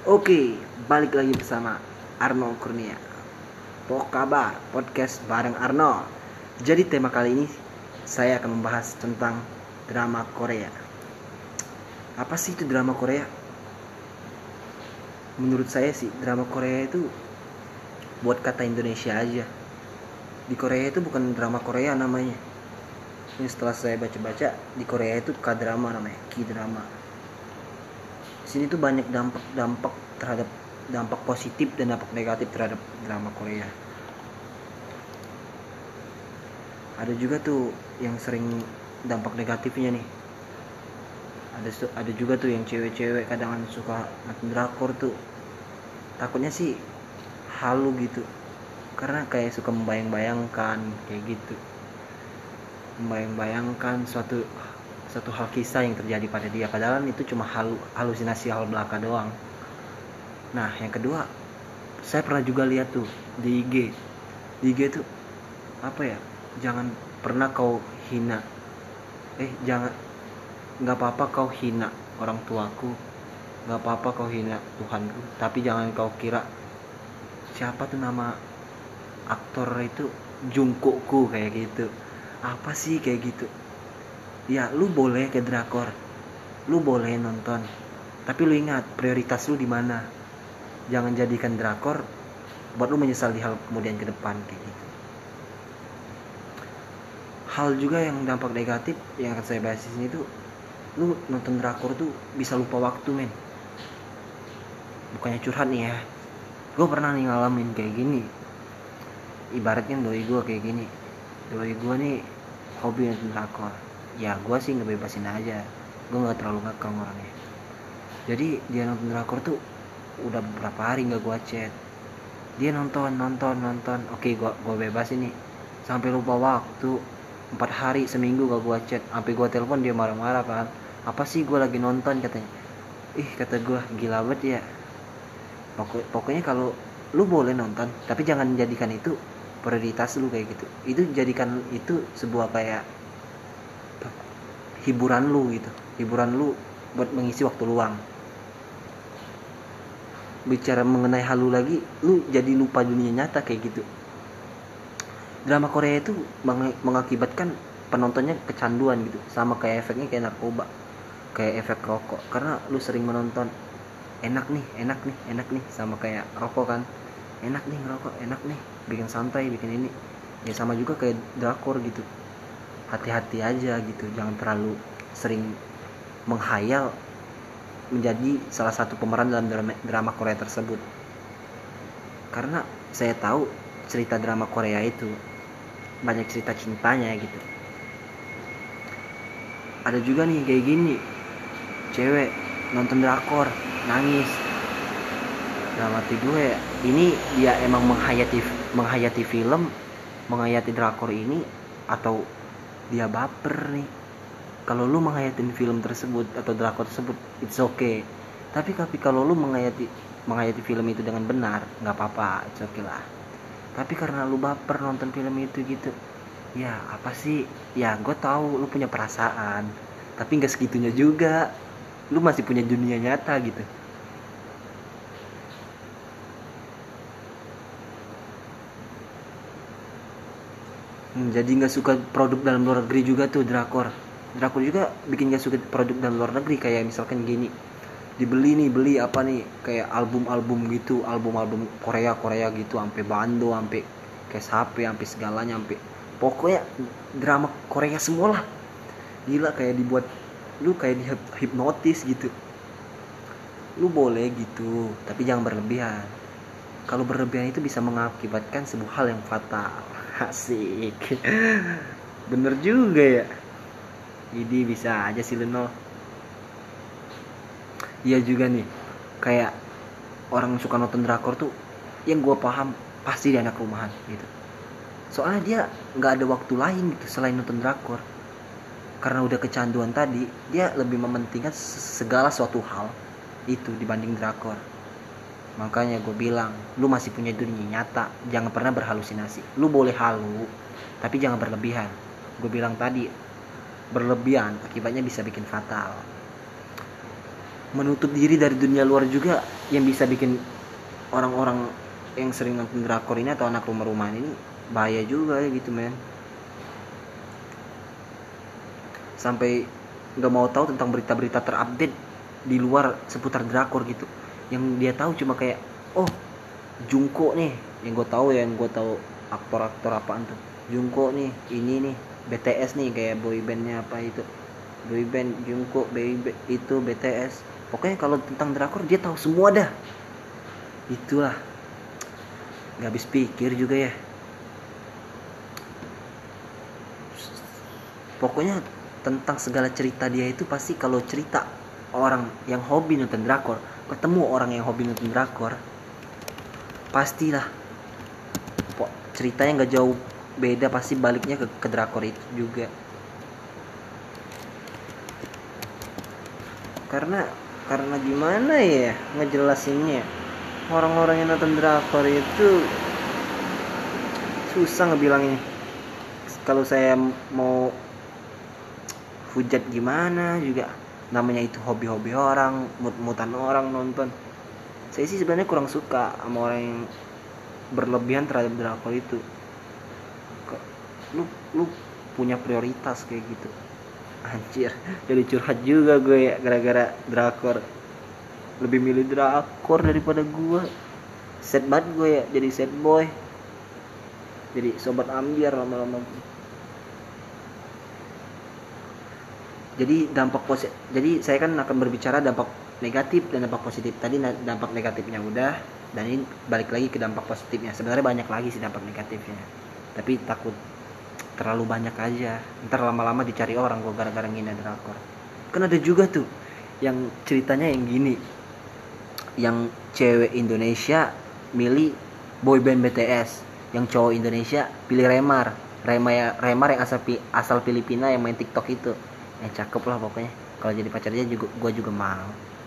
Oke, balik lagi bersama Arno Kurnia. Apa kabar? Podcast bareng Arno. Jadi tema kali ini saya akan membahas tentang drama Korea. Apa sih itu drama Korea? Menurut saya sih drama Korea itu buat kata Indonesia aja. Di Korea itu bukan drama Korea namanya. Ini setelah saya baca-baca, di Korea itu K-drama namanya, K-drama. Sini tuh banyak dampak terhadap dampak positif dan dampak negatif terhadap drama Korea. Ada juga tuh yang sering dampak negatifnya nih. Ada juga tuh yang cewek-cewek kadang suka nonton drakor tuh. Takutnya sih halu gitu. Karena kayak suka membayang-bayangkan kayak gitu. Membayang-bayangkan suatu hal kisah yang terjadi pada dia, padahal itu cuma halusinasi hal belaka doang. Nah, yang kedua, saya pernah juga lihat tuh di IG. Di IG tuh apa ya? Jangan pernah kau hina. Jangan, nggak apa-apa kau hina orang tuaku, nggak apa-apa kau hina Tuhanku, tapi jangan kau kira siapa tuh nama aktor itu Jungkookku kayak gitu. Apa sih kayak gitu? Ya, lu boleh ke drakor, lu boleh nonton, tapi lu ingat prioritas lu di mana. Jangan jadikan drakor buat lu menyesal di hal kemudian ke depan kayak gitu. Hal juga yang dampak negatif yang akan saya bahas di sini tuh, lu nonton drakor tuh bisa lupa waktu, men. Bukannya curhat nih ya, gue pernah nih ngalamin kayak gini. Ibaratnya doi gue kayak gini, doi gue nih hobi nonton drakor. Ya gue sih ngebebasin aja, gue nggak terlalu ngekang orangnya. Jadi dia nonton drakor tuh udah beberapa hari nggak gue chat. Dia nonton. Oke, gue bebas ini sampai lupa waktu. 4 hari seminggu gak gue chat, sampai gue telepon dia marah-marah kan. Apa sih, gue lagi nonton katanya. Kata gue, gila banget ya. Pokoknya kalau lu boleh nonton, tapi jangan jadikan itu prioritas lu kayak gitu. Itu jadikan itu sebuah kayak hiburan lu gitu. Hiburan lu buat mengisi waktu luang. Bicara mengenai halu lagi, lu jadi lupa dunia nyata kayak gitu. Drama Korea itu mengakibatkan penontonnya kecanduan gitu, sama kayak efeknya kayak narkoba, kayak efek rokok. Karena lu sering menonton, enak nih, sama kayak rokok kan, enak nih ngerokok, enak nih, bikin santai, bikin ini. Ya sama juga kayak drakor gitu. Hati-hati aja gitu, jangan terlalu sering menghayal menjadi salah satu pemeran dalam drama Korea tersebut. Karena saya tahu cerita drama Korea itu banyak cerita cintanya gitu. Ada juga nih kayak gini, cewek nonton drakor nangis. Dalam hati gue, ini dia emang menghayati film, menghayati drakor ini, atau dia baper nih. Kalau lu menghayatin film tersebut atau drakor tersebut, it's okay. Tapi kalau lu menghayati film itu dengan benar, nggak apa-apa, it's okay lah. Tapi karena lu baper nonton film itu gitu, ya apa sih? Ya gue tahu lu punya perasaan, tapi nggak segitunya juga. Lu masih punya dunia nyata gitu. Jadi nggak suka produk dalam luar negeri juga tuh drakor juga bikin nggak suka produk dalam luar negeri. Kayak misalkan gini, beli apa nih, kayak album gitu, album Korea gitu, sampai bando, sampai kayak sapi, sampai segalanya, sampai pokoknya drama Korea semua lah. Gila, kayak dibuat lu kayak dihipnotis gitu. Lu boleh gitu, tapi jangan berlebihan. Kalau berlebihan itu bisa mengakibatkan sebuah hal yang fatal. Asik. Bener juga ya. Jadi bisa aja sih Leno. Iya juga nih, kayak orang suka nonton drakor tuh, yang gue paham pasti dia anak rumahan gitu. Soalnya dia nggak ada waktu lain gitu selain nonton drakor. Karena udah kecanduan tadi, dia lebih mementingkan segala suatu hal itu dibanding drakor. Makanya gue bilang, lu masih punya dunia nyata, jangan pernah berhalusinasi. Lu boleh halu, tapi jangan berlebihan. Gue bilang tadi, berlebihan akibatnya bisa bikin fatal. menutup diri dari dunia luar juga, yang bisa bikin orang-orang yang sering nonton drakor ini atau anak rumah-rumahan ini bahaya juga ya gitu men. Sampai nggak mau tahu tentang berita-berita terupdate di luar seputar drakor gitu. Yang dia tahu cuma kayak, oh Jungkook nih, yang gue tahu aktor-aktor apaan tuh. Jungkook nih, ini nih BTS nih, kayak boybandnya apa itu, boyband Jungkook, itu BTS. Pokoknya kalau tentang drakor dia tahu semua dah. Itulah, nggak habis pikir juga ya. Pokoknya tentang segala cerita dia itu pasti, kalau cerita orang yang hobi nonton drakor ketemu orang yang hobi nonton drakor, pastilah ceritanya nggak jauh beda, pasti baliknya ke drakor itu juga. Karena gimana ya ngejelasinnya, orang-orang yang nonton drakor itu susah ngebilangnya. Kalau saya mau hujat gimana juga, namanya itu hobi-hobi orang, mut-mutan orang nonton. Saya sih sebenarnya kurang suka sama orang yang berlebihan terhadap drakor itu. Lu punya prioritas kayak gitu. Anjir, jadi curhat juga gue ya gara-gara drakor. Lebih milih drakor daripada gue. Sad banget gue ya, jadi sad boy. Jadi sobat ambiar lama-lama. Jadi jadi saya kan akan berbicara dampak negatif dan dampak positif. Tadi dampak negatifnya udah, dan ini balik lagi ke dampak positifnya. Sebenarnya banyak lagi sih dampak negatifnya, tapi takut terlalu banyak aja, ntar lama-lama dicari orang gue gara-gara ngina drakor. Kan ada juga tuh yang ceritanya yang gini, yang cewek Indonesia milih boyband BTS, yang cowok Indonesia pilih Remar yang asal Filipina, yang main TikTok itu. Yang cakep lah pokoknya. Kalau jadi pacarnya juga gue juga mau.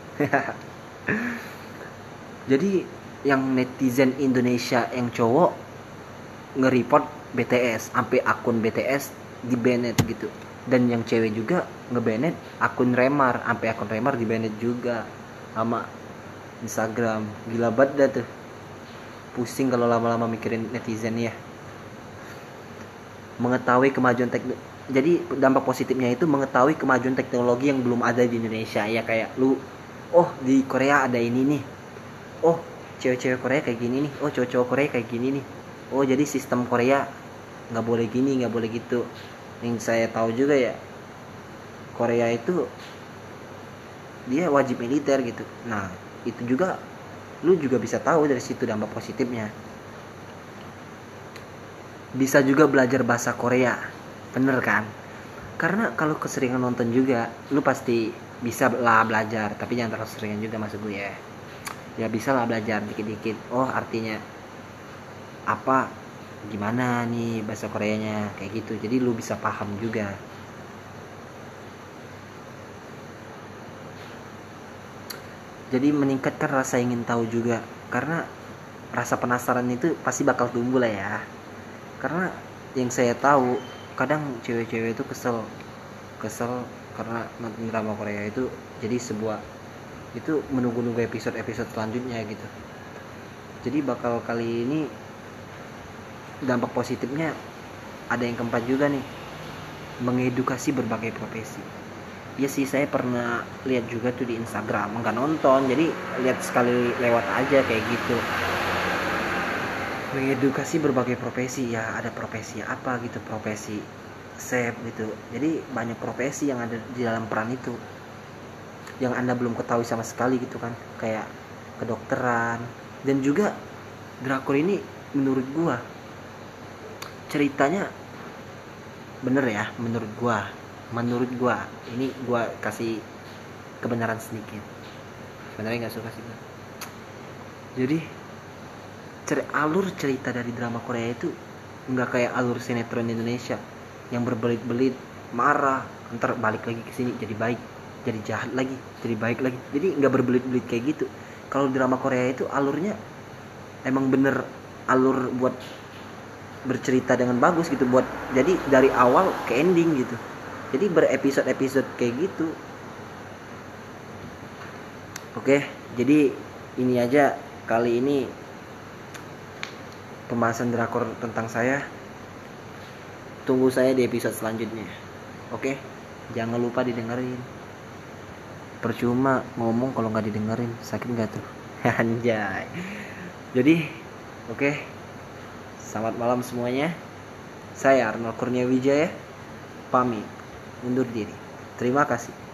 Jadi yang netizen Indonesia yang cowok nge-report BTS, sampai akun BTS di-banned gitu. Dan yang cewek juga nge-banned akun Remar, sampai akun Remar di-banned juga sama Instagram. Gila banget dah tuh. Pusing kalau lama-lama mikirin netizen ya. Mengetahui kemajuan teknologi. Jadi dampak positifnya itu mengetahui kemajuan teknologi yang belum ada di Indonesia. Ya kayak lu, oh di Korea ada ini nih, oh cewek-cewek Korea kayak gini nih, oh cowok-cowok Korea kayak gini nih, oh jadi sistem Korea nggak boleh gini, nggak boleh gitu. Yang saya tahu juga ya, Korea itu dia wajib militer gitu. Nah itu juga lu juga bisa tahu dari situ dampak positifnya. Bisa juga belajar bahasa Korea. Bener kan? Karena kalau keseringan nonton juga, lu pasti bisa lah belajar, tapi jangan terlalu seringan juga maksud gue ya. Ya bisa lah belajar dikit-dikit. Oh artinya apa, gimana nih bahasa Koreanya, kayak gitu. Jadi lu bisa paham juga. Jadi meningkatkan rasa ingin tahu juga. Karena rasa penasaran itu pasti bakal tumbuh lah ya. Karena yang saya tahu, kadang cewek-cewek itu kesel karena nonton drama Korea itu jadi itu menunggu-nunggu episode selanjutnya gitu. Jadi bakal kali ini dampak positifnya ada yang keempat juga nih, mengedukasi berbagai profesi. Ya sih, saya pernah lihat juga tuh di Instagram, nggak nonton, jadi lihat sekali lewat aja kayak gitu. Mengedukasi berbagai profesi, ya ada profesi apa gitu, profesi chef gitu. Jadi banyak profesi yang ada di dalam peran itu yang Anda belum ketahui sama sekali gitu kan, kayak kedokteran. Dan juga drakor ini menurut gua ceritanya bener ya, menurut gua ini gua kasih kebenaran sedikit, sebenarnya nggak suka sih gua. Jadi alur cerita dari drama Korea itu nggak kayak alur sinetron Indonesia yang berbelit-belit, marah, ntar balik lagi ke sini jadi baik, jadi jahat lagi, jadi baik lagi. Jadi nggak berbelit-belit kayak gitu. Kalau drama Korea itu alurnya emang bener alur buat bercerita dengan bagus gitu, buat jadi dari awal ke ending gitu. Jadi berepisode-episode kayak gitu. Oke, jadi ini aja kali ini pembahasan drakor tentang saya. Tunggu saya di episode selanjutnya. Oke, jangan lupa didengerin. Percuma ngomong kalau nggak didengerin, sakit nggak tuh? Anjay. Jadi, oke. Selamat malam semuanya. Saya Arnold Kurnia Wijaya, pamit undur diri. Terima kasih.